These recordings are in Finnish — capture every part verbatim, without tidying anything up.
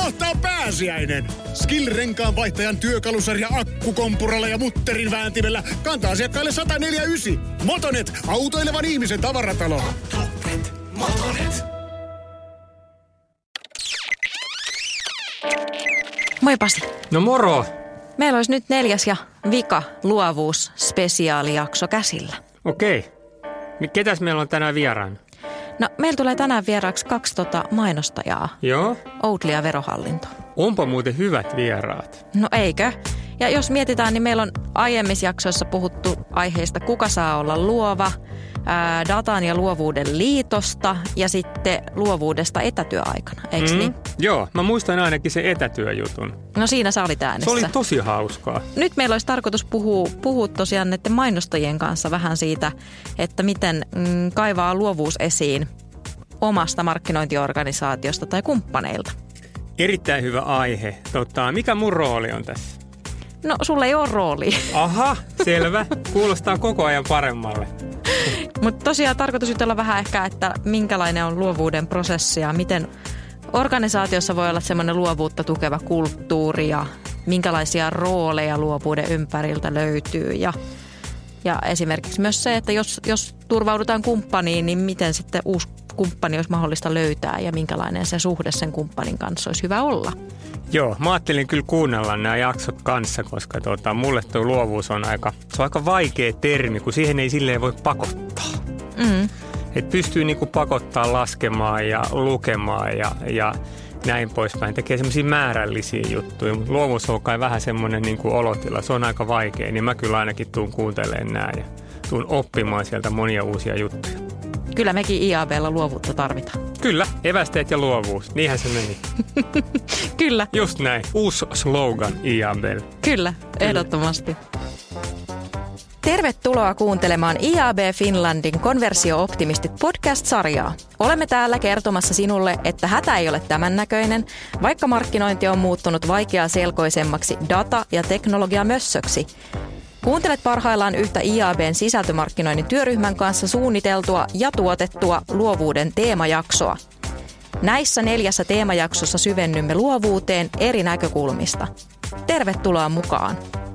kohtaa pääsiäinen. Skill-renkaan vaihtajan työkalusarja akkukompuralla ja mutterin vääntimellä kantaa asiakkaille sata neljäkymmentäyhdeksän. Motonet, autoilevan ihmisen tavaratalo. Motonet, Motonet. Moi Pasi. No moro. Meillä olisi nyt neljäs ja vika luovuus spesiaalijakso käsillä. Okei. Ketäs meillä on tänään vieraana? No, meillä tulee tänään vieraaksi kaksi tota mainostajaa. Joo. Oatly ja Verohallinto. Onpa muuten hyvät vieraat. No eikö? Ja jos mietitään, niin meillä on aiemmissa jaksoissa puhuttu aiheista kuka saa olla luova, ää, datan ja luovuuden liitosta ja sitten luovuudesta etätyöaikana, eikö mm, niin? Joo, mä muistan ainakin sen etätyöjutun. No siinä sä olit äänessä. Se oli tosi hauskaa. Nyt meillä olisi tarkoitus puhua, puhua tosiaan näiden mainostajien kanssa vähän siitä, että miten mm, kaivaa luovuus esiin omasta markkinointiorganisaatiosta tai kumppaneilta. Erittäin hyvä aihe. Tota, mikä mun rooli on tässä? No, sulla ei ole roolia. Aha, selvä. Kuulostaa koko ajan paremmalle. Mutta tosiaan tarkoitus jutella vähän ehkä, että minkälainen on luovuuden prosessi ja miten organisaatiossa voi olla semmoinen luovuutta tukeva kulttuuri ja minkälaisia rooleja luovuuden ympäriltä löytyy. Ja, ja esimerkiksi myös se, että jos, jos turvaudutaan kumppaniin, niin miten sitten uusi kumppani olisi mahdollista löytää ja minkälainen se suhde sen kumppanin kanssa olisi hyvä olla. Joo, mä ajattelin kyllä kuunnella nämä jaksot kanssa, koska tuota, mulle tuo luovuus on aika, se on aika vaikea termi, kun siihen ei silleen voi pakottaa. Mm. Että pystyy niinku pakottaa laskemaan ja lukemaan ja, ja näin poispäin. Tekee semmoisia määrällisiä juttuja, mutta luovuus on kai vähän semmoinen niinku olotila. Se on aika vaikea, niin mä kyllä ainakin tuun kuuntelemaan nää ja tuun oppimaan sieltä monia uusia juttuja. Kyllä mekin I A B:lla luovuutta tarvitaan. Kyllä, evästeet ja luovuus. Niinhän se meni. Kyllä. Just näin. Uusi slogan I A B:llä. Kyllä, ehdottomasti. Tervetuloa kuuntelemaan I A B Finlandin Konversio-optimistit podcast-sarjaa. Olemme täällä kertomassa sinulle, että hätä ei ole tämän näköinen, vaikka markkinointi on muuttunut vaikeaa selkoisemmaksi data- ja teknologiamössöksi. Kuuntelet parhaillaan yhtä I A B:n sisältömarkkinoinnin työryhmän kanssa suunniteltua ja tuotettua luovuuden teemajaksoa. Näissä neljässä teemajaksossa syvennymme luovuuteen eri näkökulmista. Tervetuloa mukaan!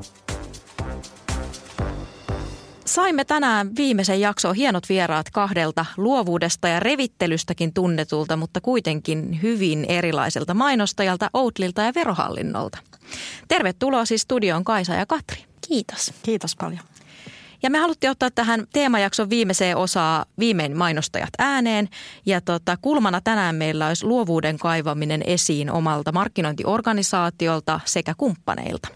Saimme tänään viimeisen jakson hienot vieraat kahdelta luovuudesta ja revittelystäkin tunnetulta, mutta kuitenkin hyvin erilaiselta mainostajalta, Oatlylta ja Verohallinnolta. Tervetuloa siis studioon Kaisa ja Katri. Kiitos. Kiitos paljon. Ja me haluttiin ottaa tähän teemajakson viimeiseen osaan viimein mainostajat ääneen. Ja tota, kulmana tänään meillä olisi luovuuden kaivaminen esiin omalta markkinointiorganisaatiolta sekä kumppaneilta.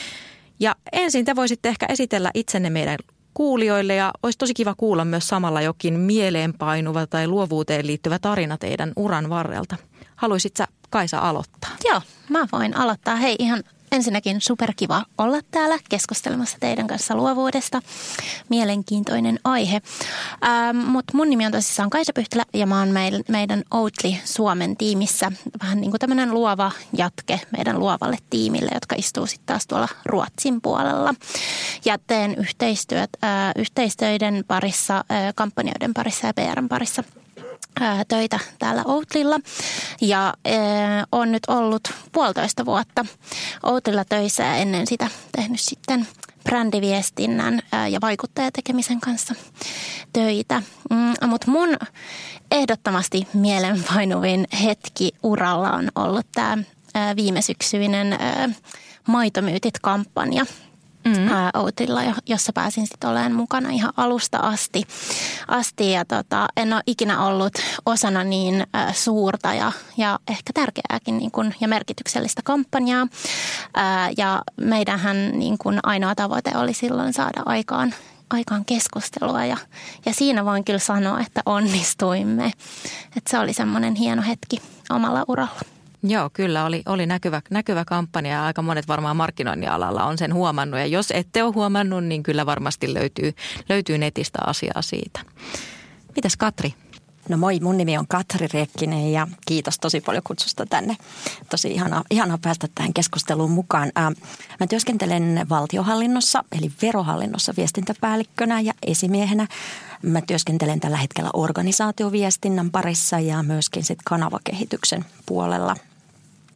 Ja ensin te voisitte ehkä esitellä itsenne meidän kuulijoille ja olisi tosi kiva kuulla myös samalla jokin mieleenpainuva tai luovuuteen liittyvä tarina teidän uran varrelta. Haluaisitko sä, Kaisa, aloittaa? Joo, mä voin aloittaa. Hei, ihan ensinnäkin superkiva olla täällä keskustelemassa teidän kanssa luovuudesta. Mielenkiintoinen aihe. Ähm, Mutta mun nimi on tosissaan Kaisa Pyhtälä ja mä oon meil, meidän Oatly Suomen tiimissä vähän niin kuin tämmöinen luova jatke meidän luovalle tiimille, jotka istuu sitten taas tuolla Ruotsin puolella. Ja teen yhteistyöt, äh, yhteistöiden parissa, äh, kampanjoiden parissa ja P R:n parissa töitä täällä Oatlylla ja äh, on nyt ollut puolitoista vuotta Oatlylla töissä ja ennen sitä tehnyt sitten brändiviestinnän äh, ja vaikuttajatekemisen kanssa töitä. Mm, mutta mun ehdottomasti mielenpainuvin hetki uralla on ollut tämä äh, viimesyksyinen äh, Maitomyytit-kampanja. Mm. Oatlylla, jossa pääsin sitten olemaan mukana ihan alusta asti. asti ja tota, en ole ikinä ollut osana niin ä, suurta ja, ja ehkä tärkeääkin niin kun, ja merkityksellistä kampanjaa. Ä, ja meidänhän niin kun, ainoa tavoite oli silloin saada aikaan, aikaan keskustelua ja, ja siinä voin kyllä sanoa, että onnistuimme. Et se oli semmoinen hieno hetki omalla uralla. Joo, kyllä oli, oli näkyvä, näkyvä kampanja ja aika monet varmaan markkinoinnin alalla on sen huomannut. Ja jos ette ole huomannut, niin kyllä varmasti löytyy, löytyy netistä asiaa siitä. Mitäs Katri? No moi, mun nimi on Katri Riekkinen ja kiitos tosi paljon kutsusta tänne. Tosi ihanaa, ihanaa päästä tähän keskusteluun mukaan. Ää, mä työskentelen valtionhallinnossa eli Verohallinnossa viestintäpäällikkönä ja esimiehenä. Mä työskentelen tällä hetkellä organisaatioviestinnän parissa ja myöskin sit kanavakehityksen puolella.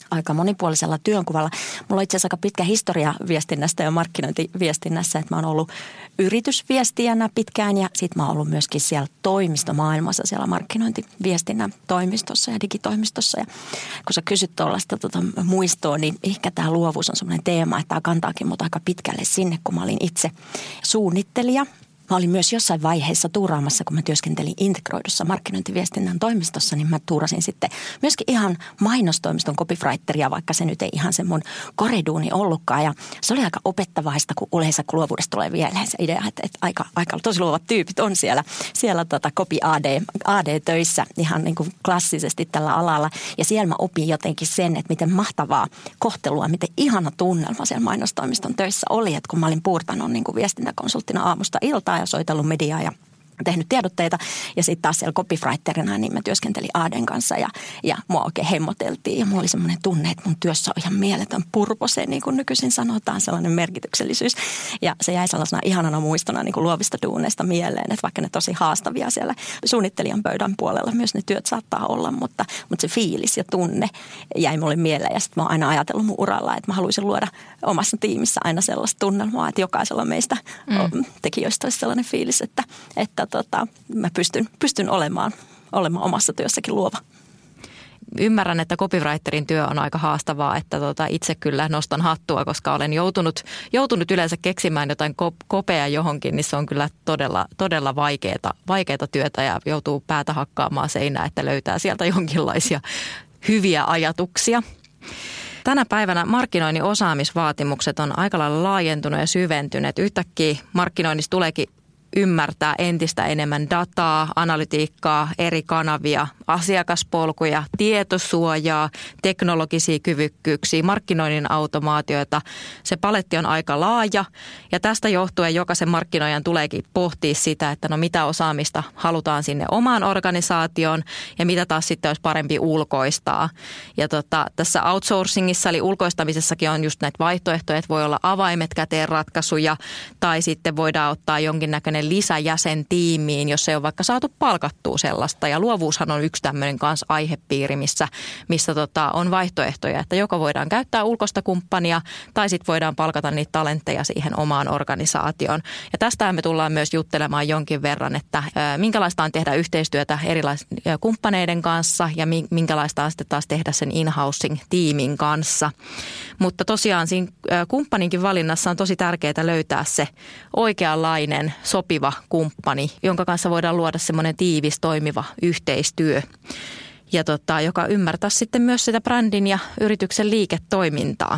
aika monipuolisella työnkuvalla. Mulla on itse asiassa aika pitkä historia viestinnästä ja markkinointiviestinnässä, että mä oon ollut yritysviestijänä pitkään ja sit mä oon ollut myöskin siellä toimistomaailmassa, siellä markkinointiviestinnän toimistossa ja digitoimistossa. Ja kun sä kysyt tuollaista tota, muistoa, niin ehkä tämä luovuus on semmoinen teema, että tämä kantaakin mut aika pitkälle sinne, kun mä olin itse suunnittelija. Mä olin myös jossain vaiheessa tuuraamassa, kun mä työskentelin integroidussa markkinointiviestinnän toimistossa, niin mä tuurasin sitten myöskin ihan mainostoimiston copywriteria, vaikka se nyt ei ihan se mun koreduuni ollutkaan. Ja se oli aika opettavaista, kun yleensä kun luovuudesta tulee vielä se idea, että, että aika, aika tosi luovat tyypit on siellä, siellä tota copy A D, A D-töissä ihan niin kuin klassisesti tällä alalla. Ja siellä mä opin jotenkin sen, että miten mahtavaa kohtelua, miten ihana tunnelma siellä mainostoimiston töissä oli, että kun mä olin puurtanut niin kuin viestintäkonsulttina aamusta iltaan, ja soitellut mediaa ja tehnyt tiedotteita. Ja sitten taas siellä copywriterina, niin mä työskentelin Aaden kanssa ja, ja mua oikein hemmoteltiin. Ja mulla oli semmoinen tunne, että mun työssä on ihan mieletön purpose, niin kuin nykyisin sanotaan, sellainen merkityksellisyys. Ja se jäi sellaisena ihanana muistona niin kuin luovista duuneista mieleen, että vaikka ne tosi haastavia siellä suunnittelijan pöydän puolella myös ne työt saattaa olla, mutta, mutta se fiilis ja tunne jäi mulle mieleen. Ja sitten mä oon aina ajatellut mun uralla, että mä haluaisin luoda omassa tiimissä aina sellaista tunnelmaa, että jokaisella meistä mm. tekijöistä olisi sellainen fiilis, että, että Tota, mä pystyn, pystyn olemaan, olemaan omassa työssäkin luova. Ymmärrän, että copywriterin työ on aika haastavaa, että tota, itse kyllä nostan hattua, koska olen joutunut, joutunut yleensä keksimään jotain kopea johonkin, niin se on kyllä todella, todella vaikeata, vaikeata työtä ja joutuu päätä hakkaamaan seinää, että löytää sieltä jonkinlaisia hyviä ajatuksia. Tänä päivänä markkinoinnin osaamisvaatimukset on aika lailla laajentunut ja syventyneet. Yhtäkkiä markkinoinnissa tuleekin ymmärtää entistä enemmän dataa, analytiikkaa, eri kanavia, asiakaspolkuja, tietosuojaa, teknologisia kyvykkyyksiä, markkinoinnin automaatioita. Se paletti on aika laaja ja tästä johtuen jokaisen markkinoijan tuleekin pohtia sitä, että no mitä osaamista halutaan sinne omaan organisaatioon ja mitä taas sitten olisi parempi ulkoistaa. Ja tota, tässä outsourcingissa eli ulkoistamisessakin on just näitä vaihtoehtoja, että voi olla avaimet käteen ratkaisuja tai sitten voidaan ottaa jonkinnäköinen lisäjäsen tiimiin, jos ei ole vaikka saatu palkattua sellaista. Ja luovuushan on yksi tämmöinen kanssa aihepiiri, missä, missä tota, on vaihtoehtoja, että joko voidaan käyttää ulkoista kumppania tai sitten voidaan palkata niitä talentteja siihen omaan organisaatioon. Ja tästä me tullaan myös juttelemaan jonkin verran, että ää, minkälaista on tehdä yhteistyötä erilaisten kumppaneiden kanssa ja minkälaista on sitten taas tehdä sen in-housing-tiimin kanssa. Mutta tosiaan siinä ää, kumppaninkin valinnassa on tosi tärkeää löytää se oikeanlainen sopiva kumppani, jonka kanssa voidaan luoda semmoinen tiivis, toimiva yhteistyö, ja tota, joka ymmärtää sitten myös sitä brändin ja yrityksen liiketoimintaa.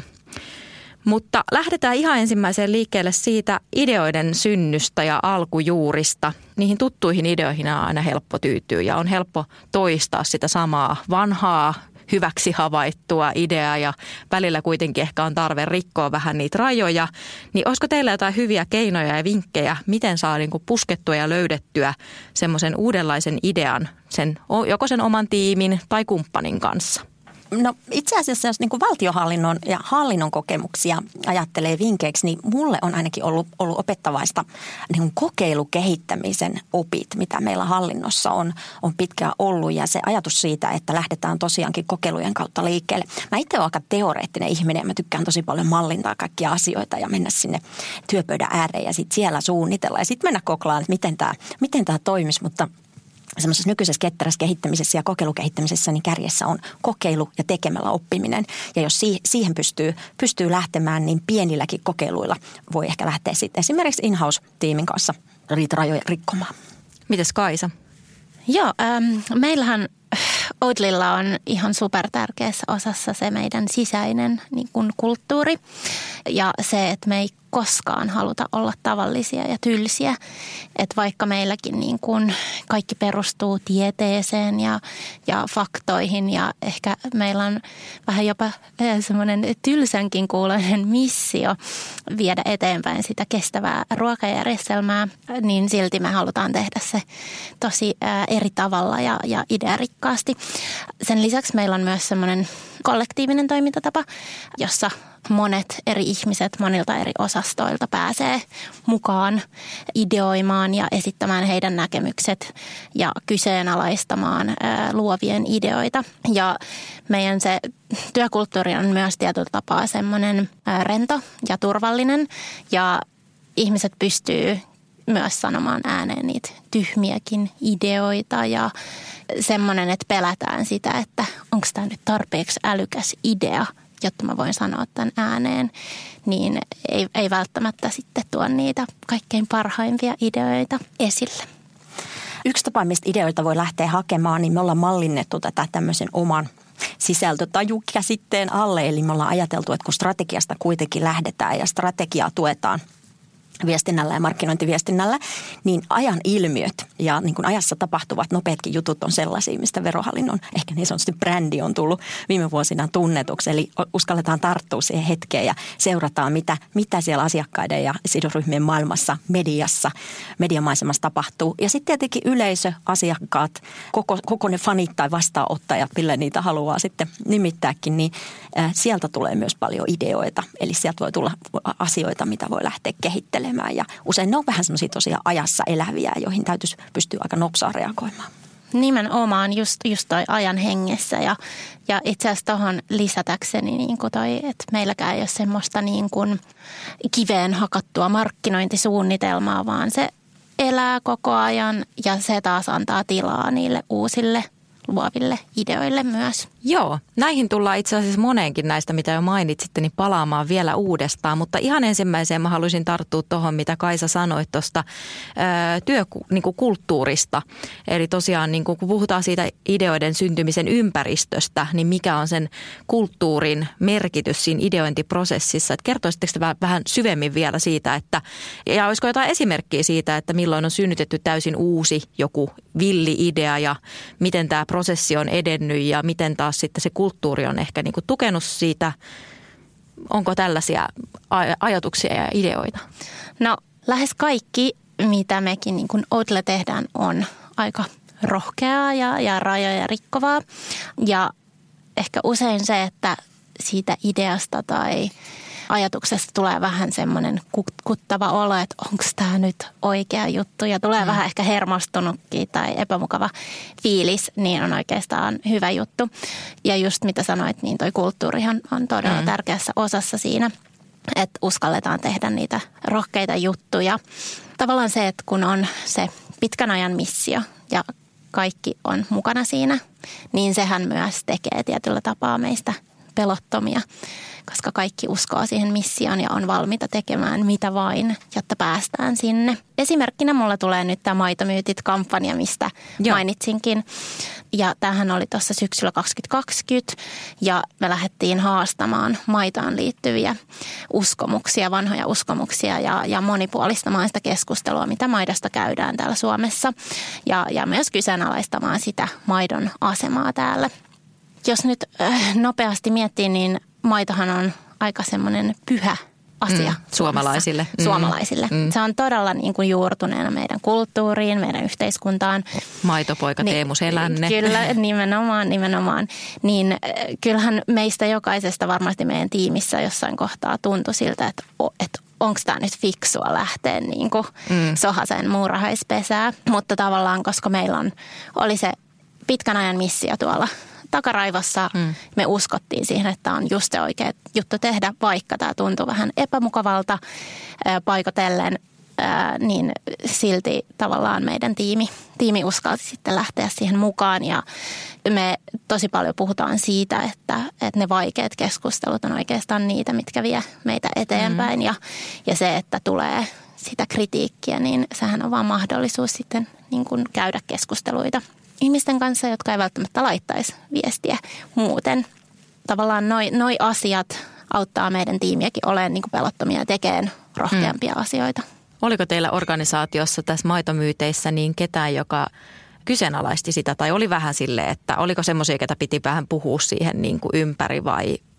Mutta lähdetään ihan ensimmäiseen liikkeelle siitä ideoiden synnystä ja alkujuurista. Niihin tuttuihin ideoihin on aina helppo tyytyä ja on helppo toistaa sitä samaa vanhaa, hyväksi havaittua ideaa ja välillä kuitenkin ehkä on tarve rikkoa vähän niitä rajoja, niin olisiko teillä jotain hyviä keinoja ja vinkkejä, miten saa niin kuin puskettua ja löydettyä semmoisen uudenlaisen idean sen, joko sen oman tiimin tai kumppanin kanssa? No itse asiassa, jos niin kuin valtiohallinnon ja hallinnon kokemuksia ajattelee vinkkeiksi, niin mulle on ainakin ollut, ollut opettavaista niin kuin kokeilukehittämisen opit, mitä meillä hallinnossa on, on pitkään ollut. Ja se ajatus siitä, että lähdetään tosiaankin kokeilujen kautta liikkeelle. Mä itse olen aika teoreettinen ihminen ja mä tykkään tosi paljon mallintaa kaikkia asioita ja mennä sinne työpöydän ääreen ja sitten siellä suunnitella. Ja sitten mennä koklaan, että miten tämä miten tämä toimisi, mutta semmoisessa nykyisessä ketterässä kehittämisessä ja kokeilukehittämisessä niin kärjessä on kokeilu ja tekemällä oppiminen. Ja jos siihen pystyy, pystyy lähtemään, niin pienilläkin kokeiluilla voi ehkä lähteä sitten esimerkiksi in-house-tiimin kanssa riitä rajoja rikkomaan. Mites Kaisa? Joo, ähm, meillähän Oatlilla on ihan supertärkeässä osassa se meidän sisäinen niin kuin kulttuuri ja se, että me ei koskaan haluta olla tavallisia ja tylsiä. Että vaikka meilläkin niin kuin kaikki perustuu tieteeseen ja, ja faktoihin ja ehkä meillä on vähän jopa semmoinen tylsänkin kuuloinen missio viedä eteenpäin sitä kestävää ruokajärjestelmää, niin silti me halutaan tehdä se tosi eri tavalla ja, ja idearikkaasti. Sen lisäksi meillä on myös semmoinen kollektiivinen toimintatapa, jossa monet eri ihmiset monilta eri osastoilta pääsee mukaan ideoimaan ja esittämään heidän näkemykset ja kyseenalaistamaan luovien ideoita. Ja meidän se työkulttuuri on myös tietyllä tapaa semmoinen rento ja turvallinen ja ihmiset pystyy myös sanomaan ääneen niitä tyhmiäkin ideoita ja semmoinen, että pelätään sitä, että onko tämä nyt tarpeeksi älykäs idea, jotta mä voin sanoa tämän ääneen, niin ei, ei välttämättä sitten tuo niitä kaikkein parhaimpia ideoita esille. Yksi tapa, mistä ideoita voi lähteä hakemaan, niin me ollaan mallinnettu tätä tämmöisen oman sisältötajukäsitteen alle. Eli me ollaan ajateltu, että kun strategiasta kuitenkin lähdetään ja strategiaa tuetaan viestinnällä ja markkinointiviestinnällä, niin ajan ilmiöt ja niin kuin ajassa tapahtuvat nopeatkin jutut on sellaisia, mistä Verohallinnon ehkä niin sanotusti brändi on tullut viime vuosina tunnetuksi. Eli uskalletaan tarttua siihen hetkeen ja seurataan, mitä, mitä siellä asiakkaiden ja sidosryhmien maailmassa, mediassa, mediamaisemassa tapahtuu. Ja sitten tietenkin yleisö, asiakkaat, koko, koko ne fanit tai vastaanottajat, millä niitä haluaa sitten nimittääkin, niin äh, sieltä tulee myös paljon ideoita. Eli sieltä voi tulla asioita, mitä voi lähteä kehittelemään. Ja usein ne on vähän semmoisia tosiaan ajassa eläviä, joihin täytyisi pystyä aika nopsaan reagoimaan. Nimenomaan just, just toi ajan hengessä ja, ja itse asiassa tuohon lisätäkseni niin kuin toi, että meilläkään ei ole semmoista niin kuin kiveen hakattua markkinointisuunnitelmaa, vaan se elää koko ajan ja se taas antaa tilaa niille uusille luoville ideoille myös. Joo, näihin tullaan itse asiassa moneenkin näistä, mitä jo mainitsitte, niin palaamaan vielä uudestaan. Mutta ihan ensimmäiseen mä haluaisin tarttua tuohon, mitä Kaisa sanoi tuosta työkulttuurista. Eli tosiaan niin kun puhutaan siitä ideoiden syntymisen ympäristöstä, niin mikä on sen kulttuurin merkitys siinä ideointiprosessissa. Että kertoisitteko te vähän syvemmin vielä siitä, että, ja olisiko jotain esimerkkiä siitä, että milloin on synnytetty täysin uusi joku villi-idea ja miten tämä prosessi on edennyt ja miten taas sitten se kulttuuri on ehkä niin kuin tukenut siitä. Onko tällaisia ajatuksia ja ideoita? No lähes kaikki, mitä mekin niin kuin Oatle tehdään, on aika rohkeaa ja, ja rajoja rikkovaa. Ja ehkä usein se, että siitä ideasta tai ajatuksesta tulee vähän semmoinen kuttava olo, että onko tämä nyt oikea juttu ja tulee mm. vähän ehkä hermostunutkin tai epämukava fiilis, niin on oikeastaan hyvä juttu. Ja just mitä sanoit, niin toi kulttuurihan on todella mm. tärkeässä osassa siinä, että uskalletaan tehdä niitä rohkeita juttuja. Tavallaan se, että kun on se pitkän ajan missio ja kaikki on mukana siinä, niin sehän myös tekee tietyllä tapaa meistä pelottomia, koska kaikki uskoo siihen missioon ja on valmiita tekemään mitä vain, jotta päästään sinne. Esimerkkinä mulla tulee nyt tämä Maitomyytit-kampanja, mistä Joo. mainitsinkin. Ja tämähän oli tuossa syksyllä kaksituhattakaksikymmentä ja me lähdettiin haastamaan maitoon liittyviä uskomuksia, vanhoja uskomuksia ja, ja monipuolistamaan sitä keskustelua, mitä maidosta käydään täällä Suomessa. Ja, ja myös kyseenalaistamaan sitä maidon asemaa täällä. Jos nyt äh, nopeasti miettii, niin maitohan on aika semmoinen pyhä asia. Mm, suomalaisille. Mm. Suomalaisille. Mm. Se on todella niin kuin juurtuneena meidän kulttuuriin, meidän yhteiskuntaan. Maitopoika niin, Teemu Selänne. Kyllä, nimenomaan, nimenomaan. Niin kyllähän meistä jokaisesta varmasti meidän tiimissä jossain kohtaa tuntui siltä, että, että onko tämä nyt fiksua lähteä niin kuin mm. sohaseen muurahaispesää. Mutta tavallaan, koska meillä on, oli se pitkän ajan missio tuolla takaraivossa, mm. me uskottiin siihen, että on just se oikea juttu tehdä, vaikka tämä tuntui vähän epämukavalta ää, paikotellen, ää, niin silti tavallaan meidän tiimi, tiimi uskalsi sitten lähteä siihen mukaan. Ja me tosi paljon puhutaan siitä, että, että ne vaikeat keskustelut on oikeastaan niitä, mitkä vie meitä eteenpäin. Mm. Ja, ja se, että tulee sitä kritiikkiä, niin sehän on vaan mahdollisuus sitten niin kuin käydä keskusteluita ihmisten kanssa, jotka ei välttämättä laittaisi viestiä muuten. Tavallaan noi, noi asiat auttaa meidän tiimiäkin olemaan niin kuin pelottomia ja tekemään rohkeampia mm. asioita. Oliko teillä organisaatiossa tässä Maitomyyteissä niin ketään, joka kyseenalaisti sitä tai oli vähän silleen, että oliko semmoisia, ketä piti vähän puhua siihen niin kuin ympäri vai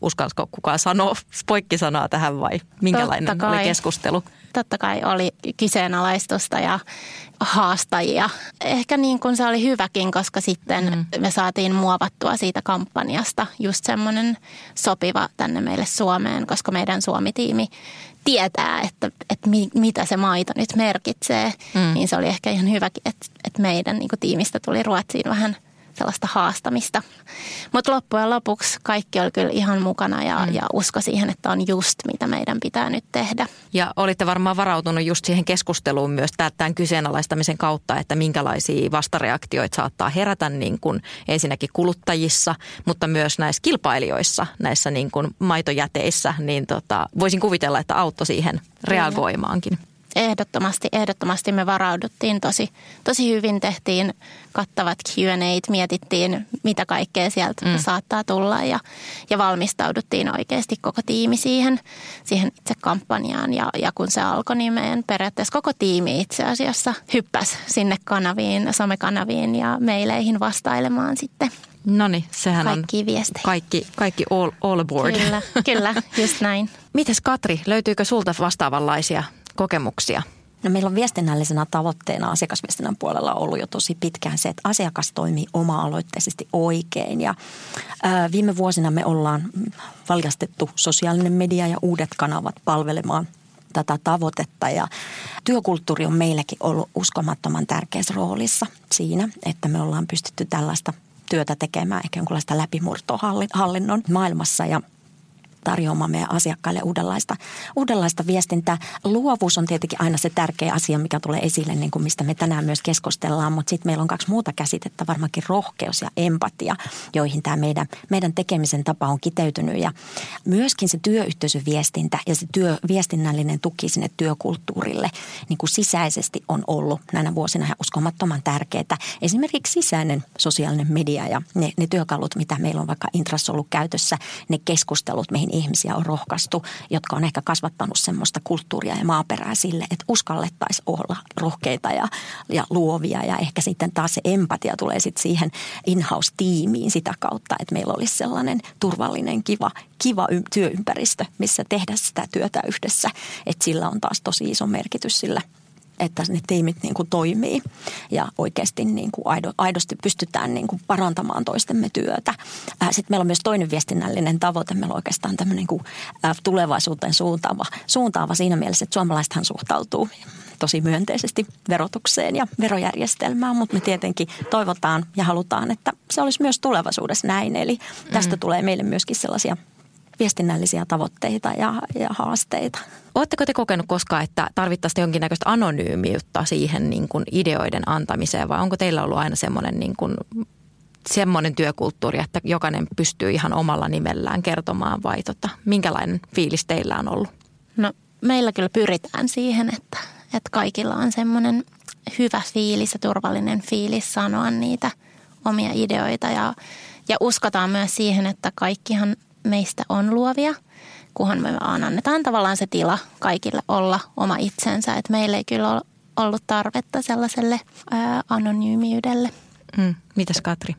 uskallisiko kukaan sanoa poikkisanaa tähän vai minkälainen oli keskustelu? Totta kai oli kyseenalaistusta ja haastajia. Ehkä niin kuin se oli hyväkin, koska sitten mm. me saatiin muovattua siitä kampanjasta just semmoinen sopiva tänne meille Suomeen, koska meidän Suomi-tiimi tietää, että, että mitä se maito nyt merkitsee. Mm. Niin se oli ehkä ihan hyväkin, että, että meidän niin kuin tiimistä tuli Ruotsiin vähän sellaista haastamista. Mutta loppujen lopuksi kaikki oli kyllä ihan mukana ja, mm. ja usko siihen, että on just mitä meidän pitää nyt tehdä. Ja olitte varmaan varautunut just siihen keskusteluun myös tämän kyseenalaistamisen kautta, että minkälaisia vastareaktioita saattaa herätä niin kuin ensinnäkin kuluttajissa, mutta myös näissä kilpailijoissa, näissä niin kuin maitojäteissä, niin tota, voisin kuvitella, että auttoi siihen reagoimaankin. Ehdottomasti, ehdottomasti me varauduttiin tosi, tosi hyvin, tehtiin kattavat Q and A:t, mietittiin mitä kaikkea sieltä mm. saattaa tulla ja, ja valmistauduttiin oikeasti koko tiimi siihen, siihen itse kampanjaan. Ja, ja kun se alkoi, niin meidän periaatteessa koko tiimi itse asiassa hyppäsi sinne kanaviin, somekanaviin ja meileihin vastailemaan sitten. Noniin, sehän kaikki on viestejä. kaikki, kaikki all, all aboard. Kyllä, kyllä, just näin. Mites Katri, löytyykö sulta vastaavanlaisia kokemuksia? No meillä on viestinnällisenä tavoitteena asiakasviestinnän puolella ollut jo tosi pitkään se, että asiakas toimii oma-aloitteisesti oikein. Ja ää, viime vuosina me ollaan valjastettu sosiaalinen media ja uudet kanavat palvelemaan tätä tavoitetta. Ja työkulttuuri on meilläkin ollut uskomattoman tärkeässä roolissa siinä, että me ollaan pystytty tällaista työtä tekemään ehkä jonkinlaista läpimurtoa hallinnon maailmassa ja tarjoamaan meidän asiakkaille uudenlaista, uudenlaista viestintää. Luovuus on tietenkin aina se tärkeä asia, mikä tulee esille, niin kuin mistä me tänään myös keskustellaan, mutta sitten meillä on kaksi muuta käsitettä, varmaankin rohkeus ja empatia, joihin tämä meidän, meidän tekemisen tapa on kiteytynyt. Ja myöskin se työyhteisöviestintä ja se työ, viestinnällinen tuki sinne työkulttuurille niin kuin sisäisesti on ollut näinä vuosina ihan uskomattoman tärkeää. Esimerkiksi sisäinen sosiaalinen media ja ne, ne työkalut, mitä meillä on vaikka Intrassa ollut käytössä, ne keskustelut, mihin ihmisiä on rohkaistu, jotka on ehkä kasvattanut semmoista kulttuuria ja maaperää sille, että uskallettaisiin olla rohkeita ja, ja luovia. Ja ehkä sitten taas se empatia tulee sitten siihen in-house-tiimiin sitä kautta, että meillä olisi sellainen turvallinen, kiva, kiva työympäristö, missä tehdä sitä työtä yhdessä. Että sillä on taas tosi iso merkitys sillä, että ne tiimit niin kuin toimii ja oikeasti niin kuin aidosti pystytään niin kuin parantamaan toistemme työtä. Sitten meillä on myös toinen viestinnällinen tavoite. Meillä on oikeastaan tämmöinen niin kuin tulevaisuuteen suuntaava, suuntaava siinä mielessä, että suomalaisethan suhtautuu tosi myönteisesti verotukseen ja verojärjestelmään, mutta me tietenkin toivotaan ja halutaan, että se olisi myös tulevaisuudessa näin. Eli tästä mm. tulee meille myöskin sellaisia viestinnällisiä tavoitteita ja, ja haasteita. Oletteko te kokenut koskaan, että tarvittaisiin jonkinnäköistä anonyymiyttä siihen niin kuin ideoiden antamiseen vai onko teillä ollut aina semmoinen, niin kuin, semmoinen työkulttuuri, että jokainen pystyy ihan omalla nimellään kertomaan vai tota, minkälainen fiilis teillä on ollut? No meillä kyllä pyritään siihen, että, että kaikilla on semmoinen hyvä fiilis ja turvallinen fiilis sanoa niitä omia ideoita ja, ja uskotaan myös siihen, että kaikkihan meistä on luovia, kunhan me vaan annetaan tavallaan se tila kaikille olla oma itsensä. Että meillä ei kyllä ole ollut tarvetta sellaiselle ää, anonyymiydelle. Mm. Mitäs Katri?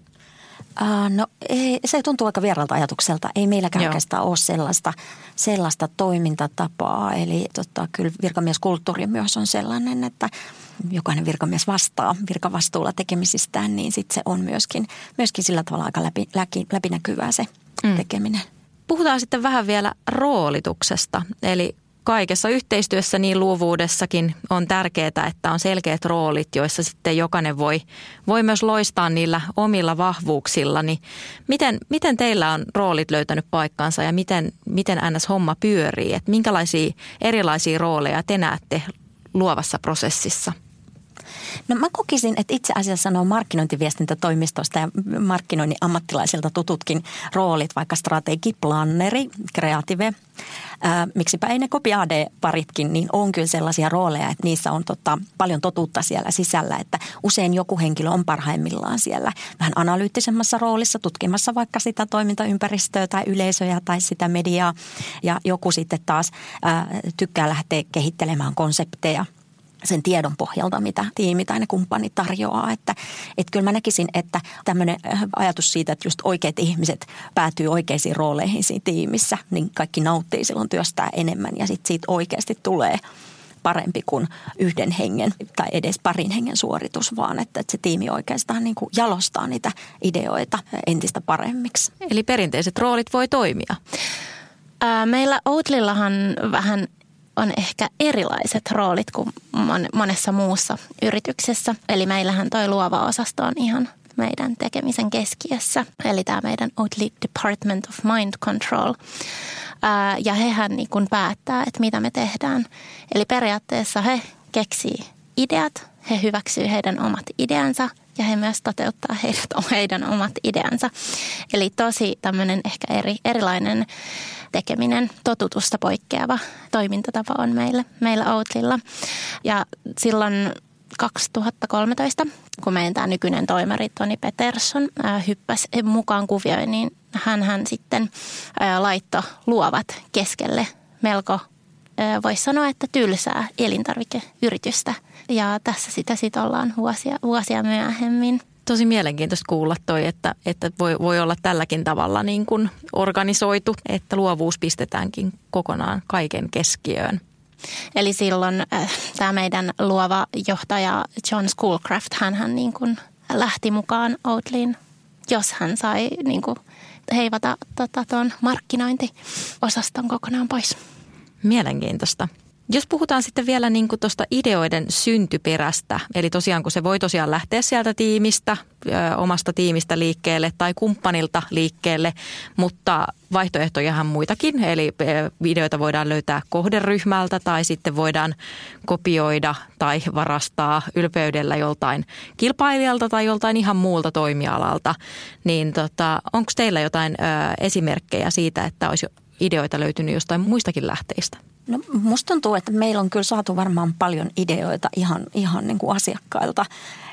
Uh, no ei, se tuntuu aika vieralta ajatukselta. Ei meilläkään oikeastaan ole sellaista, sellaista toimintatapaa. Eli tota, kyllä virkamieskulttuuri myös on sellainen, että jokainen virkamies vastaa virkavastuulla tekemisistään, niin sitten se on myöskin, myöskin sillä tavalla aika läpi, läpi, läpinäkyvää se mm. tekeminen. Puhutaan sitten vähän vielä roolituksesta, eli kaikessa yhteistyössä niin luovuudessakin on tärkeää, että on selkeät roolit, joissa sitten jokainen voi, voi myös loistaa niillä omilla vahvuuksilla. Niin miten, miten teillä on roolit löytänyt paikkansa ja miten, miten N S-homma pyörii? Et minkälaisia erilaisia rooleja te näette luovassa prosessissa? No mä kokisin, että itse asiassa nuo markkinointiviestintätoimistosta ja markkinoinnin ammattilaisilta tututkin roolit, vaikka strategi, planneri, kreative, ää, miksipä ei ne kopiade-paritkin, niin on kyllä sellaisia rooleja, että niissä on tota, paljon totuutta siellä sisällä, että usein joku henkilö on parhaimmillaan siellä vähän analyyttisemmassa roolissa, tutkimassa vaikka sitä toimintaympäristöä tai yleisöjä tai sitä mediaa ja joku sitten taas ää, tykkää lähteä kehittelemään konsepteja sen tiedon pohjalta, mitä tiimi tai ne kumppanit tarjoaa. Että, että kyllä mä näkisin, että tämmöinen ajatus siitä, että just oikeat ihmiset päätyy oikeisiin rooleihin siinä tiimissä, niin kaikki nauttii silloin työstää enemmän ja sitten siitä oikeasti tulee parempi kuin yhden hengen tai edes parin hengen suoritus, vaan että, että se tiimi oikeastaan niin kuin jalostaa niitä ideoita entistä paremmiksi. Eli perinteiset roolit voi toimia. Ää, meillä Oatlyllahan vähän on ehkä erilaiset roolit kuin monessa muussa yrityksessä. Eli meillähän toi luova osasto on ihan meidän tekemisen keskiössä. Eli tämä meidän Oatly Department of Mind Control. Ää, ja hehän niin kun päättää, että mitä me tehdään. Eli periaatteessa he keksii ideat, he hyväksyy heidän omat ideansa ja he myös toteuttaa heidät, heidän omat ideansa. Eli tosi tämmöinen ehkä eri, erilainen tekeminen, totutusta poikkeava toimintatapa on meillä, meillä Oatlylla. Ja silloin kaksituhattakolmetoista, kun meidän tämä nykyinen toimari Toni Peterson ää, hyppäsi mukaan kuvioon, niin hän sitten ää, laittoi luovat keskelle melko, ää, voisi sanoa, että tylsää elintarvikeyritystä. Ja tässä sitä sitten ollaan vuosia, vuosia myöhemmin. Tosi mielenkiintoista kuulla toi, että, että voi, voi olla tälläkin tavalla niin kuin organisoitu, että luovuus pistetäänkin kokonaan kaiken keskiöön. Eli silloin äh, tämä meidän luova johtaja John Schoolcraft, hänhän niin kuin lähti mukaan Oatlyin, jos hän sai niin kuin heivata tuon tota, markkinointiosaston kokonaan pois. Mielenkiintoista. Jos puhutaan sitten vielä niin kuin tuosta ideoiden syntyperästä, eli tosiaan kun se voi tosiaan lähteä sieltä tiimistä, ö, omasta tiimistä liikkeelle tai kumppanilta liikkeelle, mutta vaihtoehtojahan muitakin, eli ideoita voidaan löytää kohderyhmältä tai sitten voidaan kopioida tai varastaa ylpeydellä joltain kilpailijalta tai joltain ihan muulta toimialalta. Niin tota, onko teillä jotain ö, esimerkkejä siitä, että olisi ideoita löytynyt jostain muistakin lähteistä? No musta tuntuu, että meillä on kyllä saatu varmaan paljon ideoita ihan, ihan niin kuin asiakkailta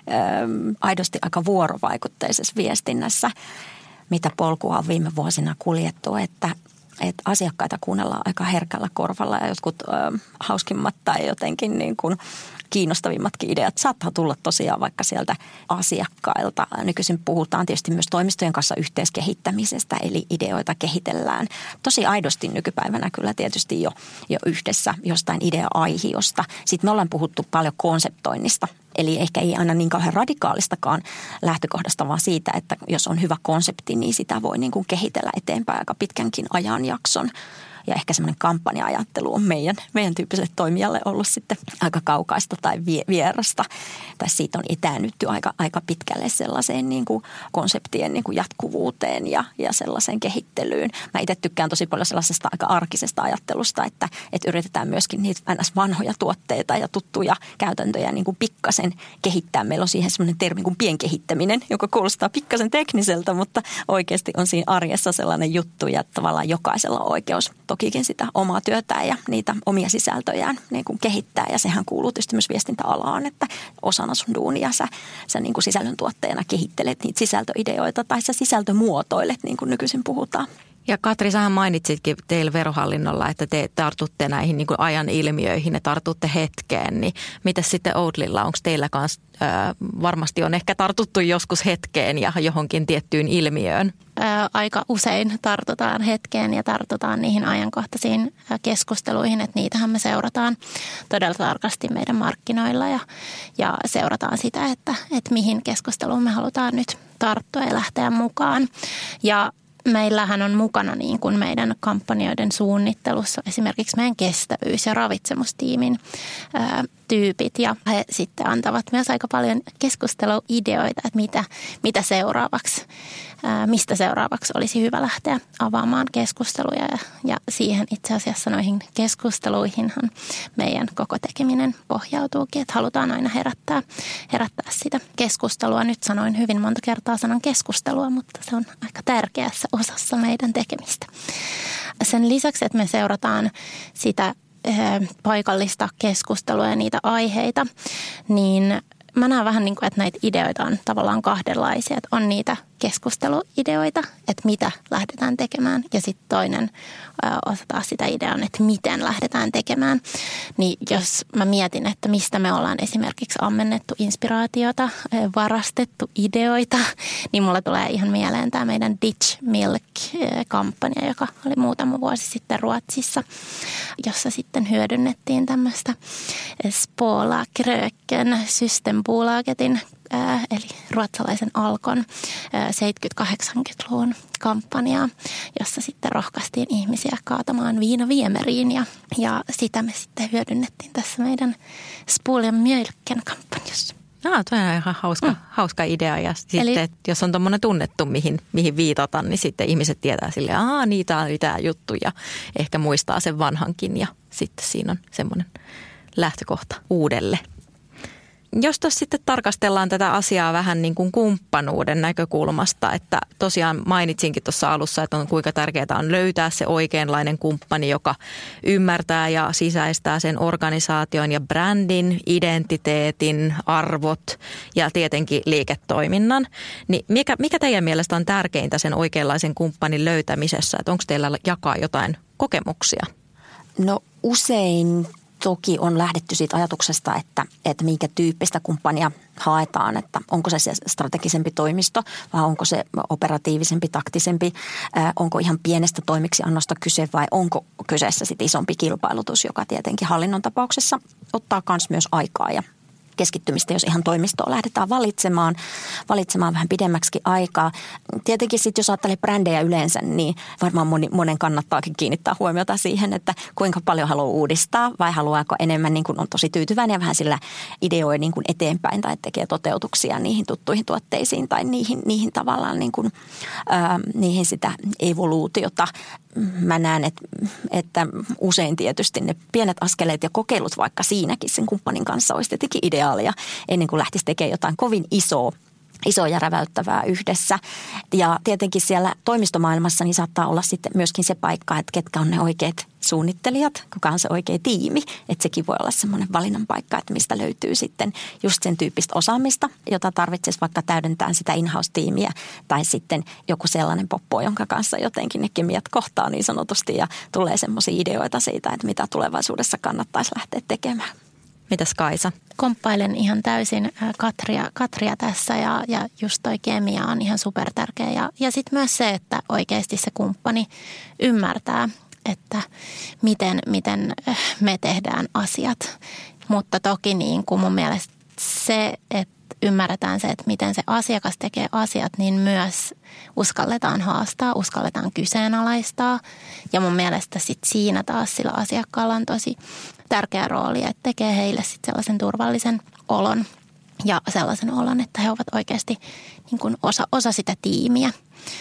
ähm, aidosti aika vuorovaikutteisessa viestinnässä, mitä polkua on viime vuosina kuljettu, että, että asiakkaita kuunnellaan aika herkällä korvalla ja jotkut ähm, hauskimmat tai jotenkin niin kuin kiinnostavimmatkin ideat saattaa tulla tosiaan vaikka sieltä asiakkailta. Nykyisin puhutaan tietysti myös toimistojen kanssa yhteiskehittämisestä, eli ideoita kehitellään tosi aidosti nykypäivänä kyllä tietysti jo, jo yhdessä jostain idea-aihiosta. Sitten me ollaan puhuttu paljon konseptoinnista, eli ehkä ei aina niin kauhean radikaalistakaan lähtökohdasta, vaan siitä, että jos on hyvä konsepti, niin sitä voi niin kuin kehitellä eteenpäin aika pitkänkin ajanjakson. Ja ehkä semmoinen kampanja-ajattelu on meidän, meidän tyyppiselle toimijalle ollut sitten aika kaukaista tai vierasta. Tai siitä on etäännytty aika, aika pitkälle sellaiseen niin kuin konseptien niin kuin jatkuvuuteen ja, ja sellaiseen kehittelyyn. Mä itse tykkään tosi paljon sellaisesta aika arkisesta ajattelusta, että, että yritetään myöskin niitä ns. Vanhoja tuotteita ja tuttuja käytäntöjä niin kuin pikkasen kehittää. Meillä on siihen semmoinen termi kuin pienkehittäminen, joka kuulostaa pikkasen tekniseltä, mutta oikeasti on siinä arjessa sellainen juttu ja tavallaan jokaisella on oikeus tokikin sitä omaa työtään ja niitä omia sisältöjään niin kuin kehittää. Ja sehän kuuluu tietysti myös viestintäalaan, että osana sun duunia sä, sä niin kuin sisällöntuottajana kehittelet niitä sisältöideoita tai sä sisältömuotoilet, niin kuin nykyisin puhutaan. Ja Katri, sähän mainitsitkin teillä verohallinnolla, että te tartutte näihin niin kuin ajan ilmiöihin ja tartutte hetkeen. Niin mitäs sitten Oatlylla, onko teillä kanssa, ää, varmasti on ehkä tartuttu joskus hetkeen ja johonkin tiettyyn ilmiöön? Ää, aika usein tartutaan hetkeen ja tartutaan niihin ajankohtaisiin keskusteluihin, että niitähän me seurataan todella tarkasti meidän markkinoilla ja, ja seurataan sitä, että, että mihin keskusteluun me halutaan nyt tarttua ja lähteä mukaan. Ja meillähän on mukana niin kuin meidän kampanjoiden suunnittelussa esimerkiksi meidän kestävyys- ja ravitsemustiimin ää, tyypit. Ja he sitten antavat myös aika paljon keskusteluideoita, että mitä, mitä seuraavaksi, ää, mistä seuraavaksi olisi hyvä lähteä avaamaan keskusteluja. Ja, ja siihen itse asiassa noihin keskusteluihinhan meidän koko tekeminen pohjautuukin, että halutaan aina herättää, herättää sitä keskustelua. Nyt sanoin hyvin monta kertaa sanan keskustelua, mutta se on aika tärkeässä osassa meidän tekemistä. Sen lisäksi, että me seurataan sitä paikallista keskustelua ja niitä aiheita, niin mä näen vähän niin kuin, että näitä ideoita on tavallaan kahdenlaisia. Että on niitä keskusteluideoita, että mitä lähdetään tekemään. Ja sitten toinen osa taas sitä ideaa, että miten lähdetään tekemään. Niin jos mä mietin, että mistä me ollaan esimerkiksi ammennettu inspiraatiota, varastettu ideoita, niin mulla tulee ihan mieleen tämä meidän Ditch Milk-kampanja, joka oli muutama vuosi sitten Ruotsissa, jossa sitten hyödynnettiin tämmöistä Spola-Kröken Systembolagetin, eli ruotsalaisen Alkon seitsemänkymmentä-kahdeksankymmentäluvun kampanjaa, jossa sitten rohkaistiin ihmisiä kaatamaan viina viemeriin ja, ja sitä me sitten hyödynnettiin tässä meidän Spola Mjölken kampanjassa. No, toi on ihan hauska, mm. hauska idea ja sitten, eli, jos on tommoinen tunnettu, mihin, mihin viitata, niin sitten ihmiset tietää silleen, aah, niitä on tämä juttu ja ehkä muistaa sen vanhankin ja sitten siinä on semmoinen lähtökohta uudelle. Jos tuossa sitten tarkastellaan tätä asiaa vähän niin kuin kumppanuuden näkökulmasta, että tosiaan mainitsinkin tuossa alussa, että on kuinka tärkeää on löytää se oikeanlainen kumppani, joka ymmärtää ja sisäistää sen organisaation ja brändin, identiteetin, arvot ja tietenkin liiketoiminnan. Niin mikä, mikä teidän mielestä on tärkeintä sen oikeanlaisen kumppanin löytämisessä? Että onko teillä jakaa jotain kokemuksia? No usein toki on lähdetty siitä ajatuksesta, että, että minkä tyyppistä kumppania haetaan, että onko se se strategisempi toimisto vai onko se operatiivisempi, taktisempi, äh, onko ihan pienestä toimeksiannosta kyse vai onko kyseessä sitten isompi kilpailutus, joka tietenkin hallinnon tapauksessa ottaa myös myös aikaa ja keskittymistä, jos ihan toimistoa lähdetään valitsemaan, valitsemaan vähän pidemmäksi aikaa. Tietenkin sitten, jos ajattelee brändejä yleensä, niin varmaan moni, monen kannattaakin kiinnittää huomiota siihen, että kuinka paljon haluaa uudistaa vai haluaako enemmän, niin kuin on tosi tyytyväinen ja vähän sillä ideoi niin kuin eteenpäin tai tekee toteutuksia niihin tuttuihin tuotteisiin tai niihin, niihin tavallaan niin kuin, ää, niihin sitä evoluutiota. Mä näen, että, että usein tietysti ne pienet askeleet ja kokeilut vaikka siinäkin sen kumppanin kanssa olisi tietenkin ideaalia ennen kuin lähtisi tekemään jotain kovin isoa. isoa ja räväyttävää yhdessä. Ja tietenkin siellä toimistomaailmassa niin saattaa olla sitten myöskin se paikka, että ketkä on ne oikeat suunnittelijat, kuka on se oikea tiimi. Että sekin voi olla semmoinen valinnan paikka, että mistä löytyy sitten just sen tyyppistä osaamista, jota tarvitsisi vaikka täydentää sitä in-house-tiimiä tai sitten joku sellainen poppo, jonka kanssa jotenkin ne kemiat kohtaa niin sanotusti ja tulee semmoisia ideoita siitä, että mitä tulevaisuudessa kannattaisi lähteä tekemään. Mitäs Kaisa? Komppailen ihan täysin Katria, Katria tässä ja, ja just toi kemia on ihan supertärkeä. Ja, ja sitten myös se, että oikeasti se kumppani ymmärtää, että miten, miten me tehdään asiat. Mutta toki niin kuin mun mielestä se, että ymmärretään se, että miten se asiakas tekee asiat, niin myös uskalletaan haastaa, uskalletaan kyseenalaistaa. Ja mun mielestä sit siinä taas sillä asiakkaalla on tosi tärkeä rooli, että tekee heille sit sellaisen turvallisen olon ja sellaisen olon, että he ovat oikeasti niin kuin osa, osa sitä tiimiä.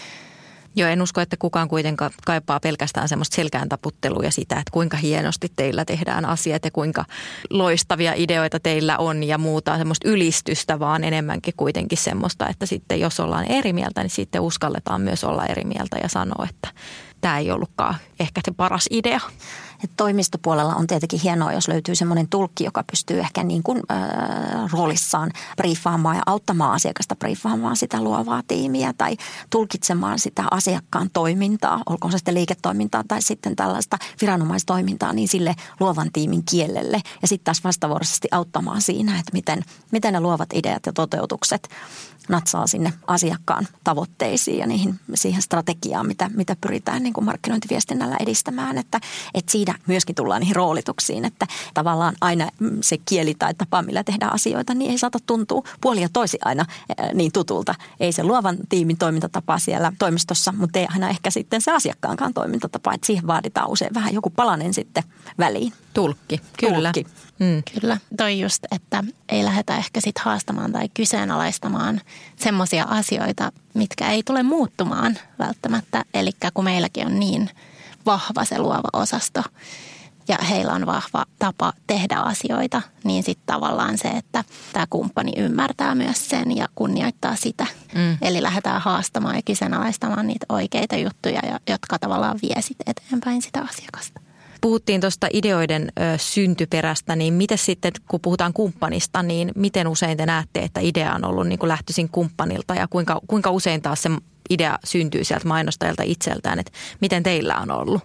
Joo, en usko, että kukaan kuitenkaan kaipaa pelkästään semmoista selkään taputtelua ja sitä, että kuinka hienosti teillä tehdään asiat ja kuinka loistavia ideoita teillä on ja muuta semmoista ylistystä, vaan enemmänkin kuitenkin semmoista, että sitten jos ollaan eri mieltä, niin sitten uskalletaan myös olla eri mieltä ja sanoa, että tämä ei ollutkaan ehkä se paras idea. Et toimistopuolella on tietenkin hienoa, jos löytyy semmoinen tulkki, joka pystyy ehkä niin kuin, äh, roolissaan briefaamaan ja auttamaan asiakasta briefaamaan sitä luovaa tiimiä tai tulkitsemaan sitä asiakkaan toimintaa, olkoon se sitten liiketoimintaa tai sitten tällaista viranomaistoimintaa, niin sille luovan tiimin kielelle. Ja sitten taas vastavuoroisesti auttamaan siinä, että miten, miten ne luovat ideat ja toteutukset natsaa sinne asiakkaan tavoitteisiin ja niihin, siihen strategiaan, mitä, mitä pyritään niin kuin markkinointiviestinnällä edistämään. Että, että siinä myöskin tullaan niihin roolituksiin, että tavallaan aina se kieli tai tapa, millä tehdään asioita, niin ei saata tuntua puoli ja toisin aina niin tutulta. Ei se luovan tiimin toimintatapa siellä toimistossa, mutta ei aina ehkä sitten se asiakkaankaan toimintatapa. Että siihen vaaditaan usein vähän joku palanen sitten väliin. Tulkki, kyllä. Tulkki. Mm. Kyllä, toi just, että ei lähdetä ehkä sit haastamaan tai kyseenalaistamaan semmoisia asioita, mitkä ei tule muuttumaan välttämättä. Eli kun meilläkin on niin vahva se luova osasto ja heillä on vahva tapa tehdä asioita, niin sitten tavallaan se, että tämä kumppani ymmärtää myös sen ja kunnioittaa sitä. Mm. Eli lähdetään haastamaan ja kyseenalaistamaan niitä oikeita juttuja, jotka tavallaan vie sit eteenpäin sitä asiakasta. Puhuttiin tuosta ideoiden ö, syntyperästä, niin miten sitten, kun puhutaan kumppanista, niin miten usein te näette, että idea on ollut niin kuin lähtöisin kumppanilta ja kuinka, kuinka usein taas se idea syntyy sieltä mainostajalta itseltään, että miten teillä on ollut?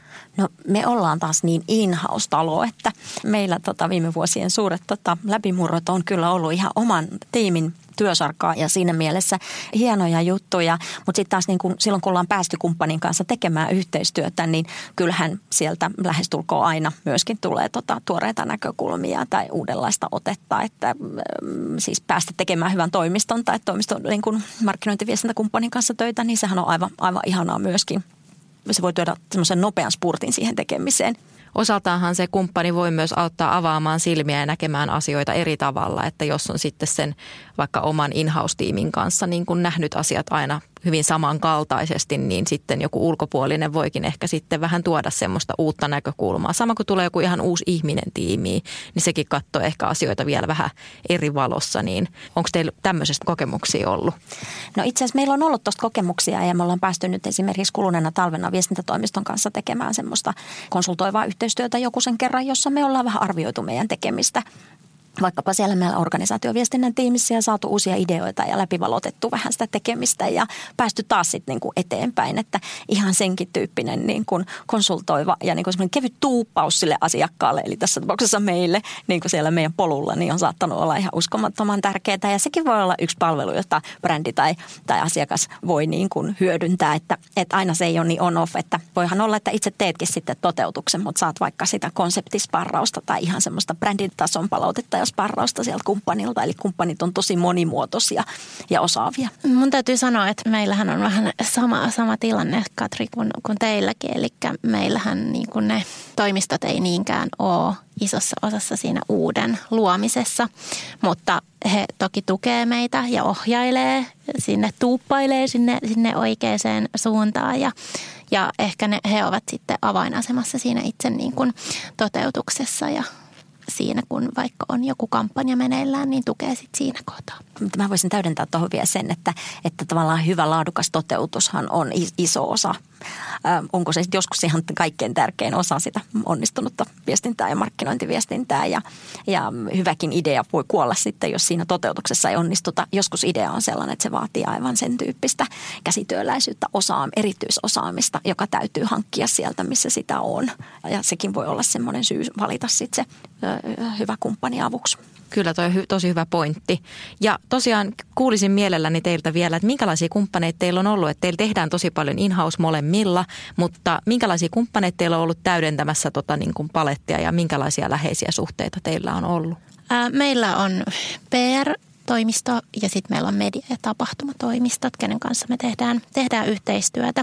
No me ollaan taas niin in-house-talo, että meillä tota, viime vuosien suuret tota, läpimurrot on kyllä ollut ihan oman tiimin työsarkaa ja siinä mielessä hienoja juttuja, mutta sitten taas niin kun, silloin kun ollaan päästy kumppanin kanssa tekemään yhteistyötä, niin kyllähän sieltä lähestulkoon aina myöskin tulee tota, tuoreita näkökulmia tai uudenlaista otetta, että mm, siis päästä tekemään hyvän toimiston tai toimiston niin kun markkinointiviestintäkumppanin kanssa töitä, niin sehän on aivan, aivan ihanaa myöskin. Se voi tuoda semmoisen nopean spurtin siihen tekemiseen. Osaltaanhan se kumppani voi myös auttaa avaamaan silmiä ja näkemään asioita eri tavalla, että jos on sitten sen vaikka oman in-house-tiimin kanssa niin kun nähnyt asiat aina hyvin samankaltaisesti, niin sitten joku ulkopuolinen voikin ehkä sitten vähän tuoda semmoista uutta näkökulmaa. Sama kuin tulee joku ihan uusi ihminen tiimiin, niin sekin katsoo ehkä asioita vielä vähän eri valossa. Niin onko teillä tämmöisestä kokemuksia ollut? No itse asiassa meillä on ollut tuosta kokemuksia ja me ollaan päästy nyt esimerkiksi kuluneena talvena viestintätoimiston kanssa tekemään semmoista konsultoivaa yhteistyötä joku sen kerran, jossa me ollaan vähän arvioitu meidän tekemistä. Vaikkapa siellä meillä organisaatioviestinnän tiimissä ja saatu uusia ideoita ja läpivalotettu vähän sitä tekemistä ja päästy taas sitten niin kuin eteenpäin, että ihan senkin tyyppinen niin kuin konsultoiva ja niin kuin semmoinen kevyt tuuppaus sille asiakkaalle, eli tässä tapauksessa meille niin kuin siellä meidän polulla, niin on saattanut olla ihan uskomattoman tärkeää ja sekin voi olla yksi palvelu, jota brändi tai, tai asiakas voi niin kuin hyödyntää, että, että aina se ei ole niin on-off, että voihan olla, että itse teetkin sitten toteutuksen, mutta saat vaikka sitä konseptisparrausta tai ihan semmoista bränditason palautetta sparrausta sieltä kumppanilta, eli kumppanit on tosi monimuotoisia ja osaavia. Mun täytyy sanoa, että meillähän on vähän sama, sama tilanne, Katri, kuin, kuin teilläkin, eli meillähän niin kuin ne toimistot ei niinkään ole isossa osassa siinä uuden luomisessa, mutta he toki tukee meitä ja ohjailee, sinne tuuppailee sinne, sinne oikeaan suuntaan ja, ja ehkä ne, he ovat sitten avainasemassa siinä itse niin kuin toteutuksessa ja siinä, kun vaikka on joku kampanja meneillään, niin tukee sitten siinä kohtaa. Mä voisin täydentää tuohon vielä sen, että, että tavallaan hyvä laadukas toteutushan on iso osa. Äh, onko se sitten joskus ihan kaikkein tärkein osa sitä onnistunutta viestintää ja markkinointiviestintää. Ja, ja hyväkin idea voi kuolla sitten, jos siinä toteutuksessa ei onnistuta. Joskus idea on sellainen, että se vaatii aivan sen tyyppistä käsityöläisyyttä, osaam, erityisosaamista, joka täytyy hankkia sieltä, missä sitä on. Ja sekin voi olla semmoinen syy valita sitten se hyvä kumppani avuksi. Kyllä, toi on hy- tosi hyvä pointti. Ja tosiaan kuulisin mielelläni teiltä vielä, että minkälaisia kumppaneita teillä on ollut. Että teillä tehdään tosi paljon in-house molemmilla, mutta minkälaisia kumppaneita teillä on ollut täydentämässä tota niin kuin palettia ja minkälaisia läheisiä suhteita teillä on ollut? Ää, meillä on P R-toimisto ja sitten meillä on media- ja tapahtumatoimistot, kenen kanssa me tehdään, tehdään yhteistyötä.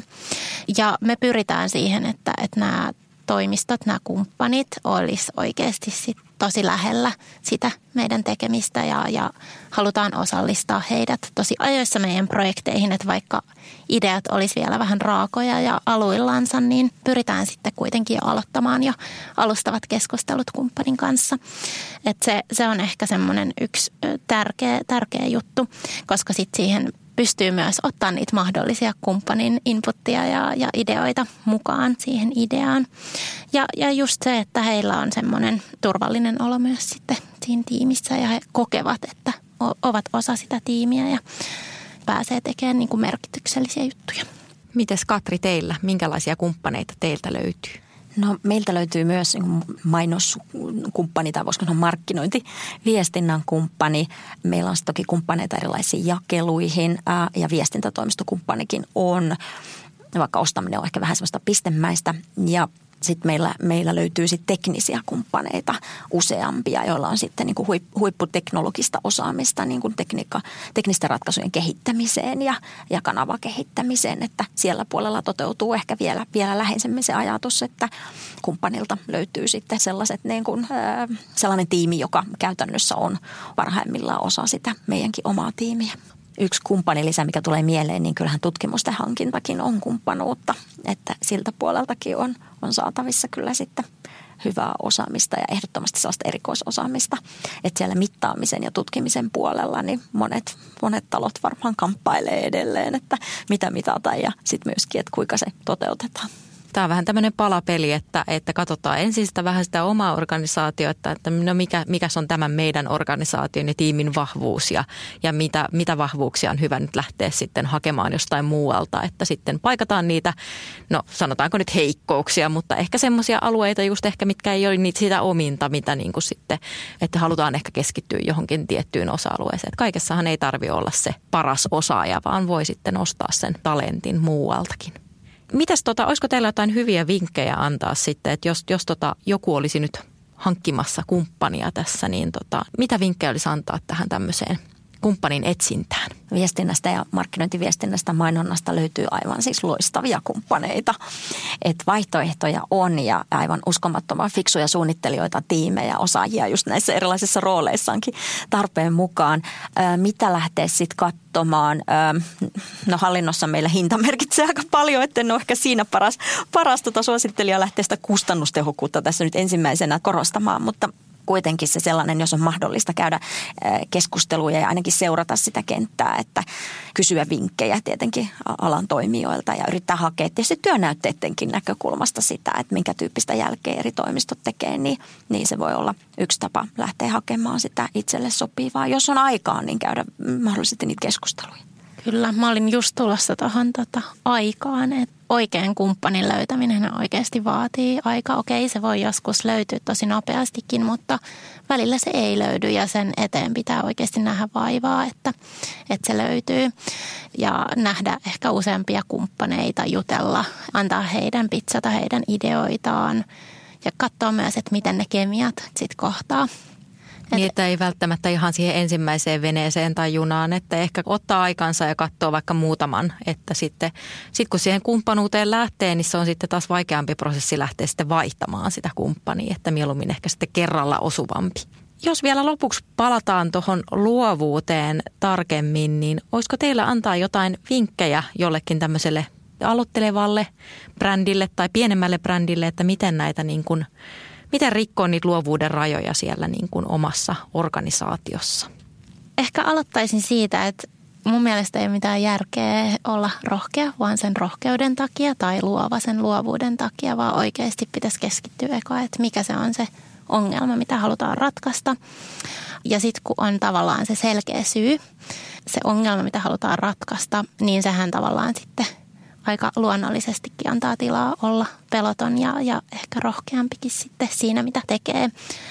Ja me pyritään siihen, että, että nämä toimistot, nämä kumppanit olisi oikeasti sit tosi lähellä sitä meidän tekemistä ja, ja halutaan osallistaa heidät tosi ajoissa meidän projekteihin, että vaikka ideat olisi vielä vähän raakoja ja aluillansa, niin pyritään sitten kuitenkin aloittamaan jo alustavat keskustelut kumppanin kanssa. Että se, se on ehkä semmoinen yksi tärkeä, tärkeä juttu, koska sitten siihen pystyy myös ottaa niitä mahdollisia kumppanin inputtia ja, ja ideoita mukaan siihen ideaan. Ja, ja just se, että heillä on semmoinen turvallinen olo myös sitten siinä tiimissä ja he kokevat, että ovat osa sitä tiimiä ja pääsee tekemään niin kuin merkityksellisiä juttuja. Mites Katri teillä? Minkälaisia kumppaneita teiltä löytyy? No meiltä löytyy myös mainoskumppani tai voisiko sanoa markkinointiviestinnän kumppani. Meillä on toki kumppaneita erilaisiin jakeluihin ää, ja viestintätoimistokumppanikin on, vaikka ostaminen on ehkä vähän sellaista pistemäistä. Ja sitten meillä, meillä löytyy sitten teknisiä kumppaneita useampia, joilla on sitten niin kuin huipputeknologista osaamista niin kuin tekniikka, teknisten ratkaisujen kehittämiseen ja, ja kanavakehittämiseen. Että siellä puolella toteutuu ehkä vielä, vielä läheisemmin se ajatus, että kumppanilta löytyy sitten sellaiset niin kuin, sellainen tiimi, joka käytännössä on parhaimmillaan osa sitä meidänkin omaa tiimiä. Yksi kumppanilisä, mikä tulee mieleen, niin kyllähän tutkimusten hankintakin on kumppanuutta, että siltä puoleltakin on, on saatavissa kyllä sitten hyvää osaamista ja ehdottomasti sellaista erikoisosaamista. Että siellä mittaamisen ja tutkimisen puolella niin monet, monet talot varmaan kamppailee edelleen, että mitä mitataan ja sitten myöskin, että kuinka se toteutetaan. Tämä on vähän tämmöinen palapeli, että, että katsotaan ensin sitä vähän sitä omaa organisaatiota, että no mikä, mikä on tämän meidän organisaation ja tiimin vahvuus ja, ja mitä, mitä vahvuuksia on hyvä nyt lähteä sitten hakemaan jostain muualta, että sitten paikataan niitä, no sanotaanko nyt heikkouksia, mutta ehkä semmoisia alueita just ehkä, mitkä ei ole niitä sitä ominta, mitä niin kuin sitten, että halutaan ehkä keskittyä johonkin tiettyyn osa-alueeseen. Että kaikessahan ei tarvitse olla se paras osaaja, vaan voi sitten ostaa sen talentin muualtakin. Mitäs tota, olisiko teillä jotain hyviä vinkkejä antaa sitten, että jos, jos tota, joku olisi nyt hankkimassa kumppania tässä, niin tota, mitä vinkkejä olisi antaa tähän tämmöiseen kumppanin etsintään? Viestinnästä ja markkinointiviestinnästä, mainonnasta löytyy aivan siis loistavia kumppaneita. Et vaihtoehtoja on ja aivan uskomattoman fiksuja suunnittelijoita, tiimejä, osaajia just näissä erilaisissa rooleissaankin tarpeen mukaan. Ää, mitä lähtee sitten katsomaan? Ää, no hallinnossa meillä hinta merkitsee aika paljon, että en ole ehkä siinä paras, paras tota suosittelija lähteä sitä kustannustehokkuutta tässä nyt ensimmäisenä korostamaan, mutta kuitenkin se sellainen, jos on mahdollista käydä keskusteluja ja ainakin seurata sitä kenttää, että kysyä vinkkejä tietenkin alan toimijoilta ja yrittää hakea tietysti työnäytteidenkin näkökulmasta sitä, että minkä tyyppistä jälkeä eri toimistot tekee, niin, niin se voi olla yksi tapa lähteä hakemaan sitä itselle sopivaa. Jos on aikaa, niin käydä mahdollisesti niitä keskusteluja. Kyllä, mä olin just tulossa tuohon tota aikaan, että oikean kumppanin löytäminen oikeasti vaatii aika. Okei, se voi joskus löytyä tosi nopeastikin, mutta välillä se ei löydy ja sen eteen pitää oikeasti nähdä vaivaa, että, että se löytyy. Ja nähdä ehkä useampia kumppaneita, jutella, antaa heidän pitsata heidän ideoitaan ja katsoa myös, että miten ne kemiat sitten kohtaa. Niin, että ei välttämättä ihan siihen ensimmäiseen veneeseen tai junaan, että ehkä ottaa aikansa ja katsoo vaikka muutaman, että sitten sit kun siihen kumppanuuteen lähtee, niin se on sitten taas vaikeampi prosessi lähteä sitten vaihtamaan sitä kumppania, että mieluummin ehkä sitten kerralla osuvampi. Jos vielä lopuksi palataan tuohon luovuuteen tarkemmin, niin olisiko teillä antaa jotain vinkkejä jollekin tämmöiselle aloittelevalle brändille tai pienemmälle brändille, että miten näitä niin kuin miten rikkoa niitä luovuuden rajoja siellä niin kuin omassa organisaatiossa? Ehkä aloittaisin siitä, että mun mielestä ei ole mitään järkeä olla rohkea, vaan sen rohkeuden takia tai luova sen luovuuden takia, vaan oikeasti pitäisi keskittyä eka, että mikä se on se ongelma, mitä halutaan ratkaista. Ja sitten kun on tavallaan se selkeä syy, se ongelma, mitä halutaan ratkaista, niin sehän tavallaan sitten aika luonnollisestikin antaa tilaa olla peloton ja, ja ehkä rohkeampikin sitten siinä, mitä tekee.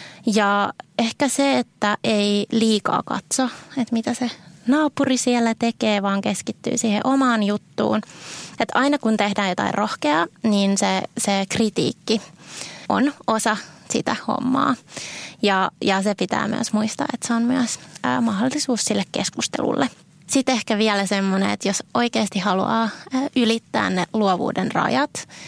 Ja ehkä se, että ei liikaa katso, että mitä se naapuri siellä tekee, vaan keskittyy siihen omaan juttuun. Että aina kun tehdään jotain rohkeaa, niin se, se kritiikki on osa sitä hommaa. Ja, ja se pitää myös muistaa, että se on myös ää, mahdollisuus sille keskustelulle. Sitten ehkä vielä semmoinen, että jos oikeasti haluaa ylittää ne luovuuden rajat,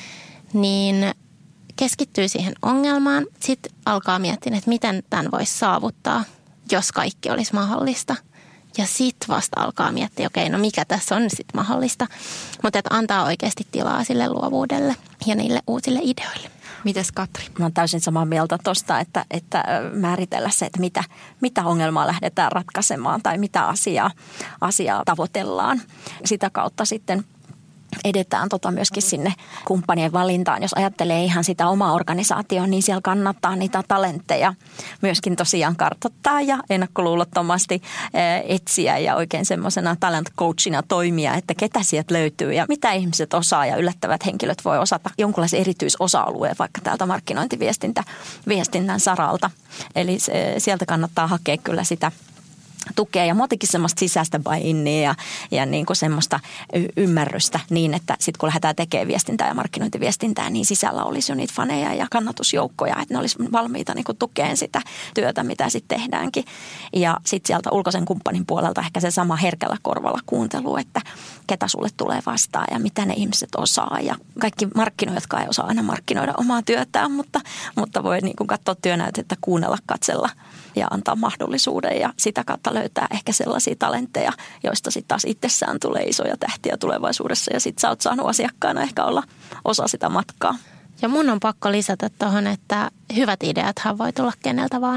niin keskittyy siihen ongelmaan. Sitten alkaa miettiä, että miten tämän voisi saavuttaa, jos kaikki olisi mahdollista. Ja sitten vasta alkaa miettiä, okei, no mikä tässä on sitten mahdollista. Mutta että antaa oikeasti tilaa sille luovuudelle ja niille uusille ideoille. Mites Katri? Mä oon täysin samaa mieltä tuosta, että, että määritellä se, että mitä, mitä ongelmaa lähdetään ratkaisemaan tai mitä asiaa, asiaa tavoitellaan. Sitä kautta sitten edetään tota myöskin sinne kumppanien valintaan. Jos ajattelee ihan sitä omaa organisaatiota, niin siellä kannattaa niitä talentteja myöskin tosiaan kartoittaa ja ennakkoluulottomasti etsiä ja oikein semmoisena talent coachina toimia, että ketä sieltä löytyy ja mitä ihmiset osaa ja yllättävät henkilöt voi osata jonkunlaisen erityisosa-alueen vaikka täältä markkinointiviestinnän saralta. Eli se, sieltä kannattaa hakea kyllä sitä tukea ja muutenkin semmoista sisäistä buy-inia ja, ja niin kuin semmoista y- ymmärrystä niin, että sitten kun lähdetään tekemään viestintää ja markkinointiviestintää, niin sisällä olisi jo niitä faneja ja kannatusjoukkoja, että ne olisi valmiita niin kuin tukeen sitä työtä, mitä sitten tehdäänkin. Ja sitten sieltä ulkoisen kumppanin puolelta ehkä se sama herkällä korvalla kuuntelu, että ketä sulle tulee vastaan ja mitä ne ihmiset osaa. Ja kaikki markkinoijatkaan ei osaa aina markkinoida omaa työtään, mutta, mutta voi niin kuin katsoa työnäytettä, kuunnella, katsella ja antaa mahdollisuuden ja sitä kautta löytää ehkä sellaisia talentteja, joista sitten taas itsessään tulee isoja tähtiä tulevaisuudessa ja sitten sä oot saanut asiakkaana ehkä olla osa sitä matkaa. Ja mun on pakko lisätä tuohon, että hyvät ideathan voi tulla keneltä vaan.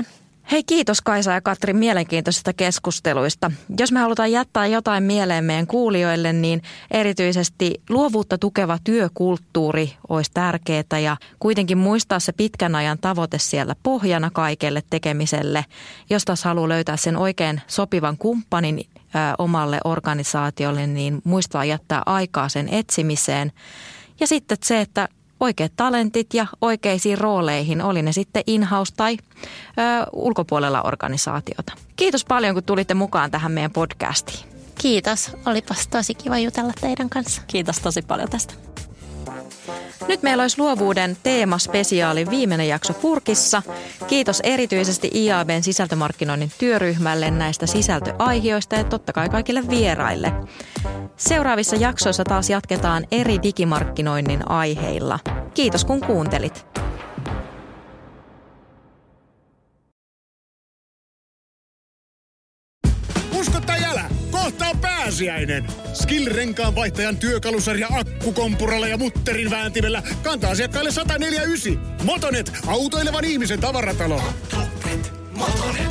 Hei, kiitos Kaisa ja Katri mielenkiintoisista keskusteluista. Jos me halutaan jättää jotain mieleen meidän kuulijoille, niin erityisesti luovuutta tukeva työkulttuuri olisi tärkeää ja kuitenkin muistaa se pitkän ajan tavoite siellä pohjana kaikelle tekemiselle. Jos taas haluaa löytää sen oikein sopivan kumppanin ö, omalle organisaatiolle, niin muistaa jättää aikaa sen etsimiseen. Ja sitten se, että oikeat talentit ja oikeisiin rooleihin, oli ne sitten in-house tai ö, ulkopuolella organisaatiota. Kiitos paljon, kun tulitte mukaan tähän meidän podcastiin. Kiitos. Olipas tosi kiva jutella teidän kanssa. Kiitos tosi paljon tästä. Nyt meillä olisi luovuuden teemaspesiaalin viimeinen jakso purkissa. Kiitos erityisesti I A B:n sisältömarkkinoinnin työryhmälle näistä sisältöaihioista ja totta kai kaikille vieraille. Seuraavissa jaksoissa taas jatketaan eri digimarkkinoinnin aiheilla. Kiitos kun kuuntelit. Usko tai älä, kohta on pääsiäinen. Skill-renkaan vaihtajan työkalusarja akkukompuralla ja mutterin vääntimellä kantaa asiakkaille sata neljäkymmentäyhdeksän. Motonet, autoilevan ihmisen tavaratalo. Motonet, Motonet.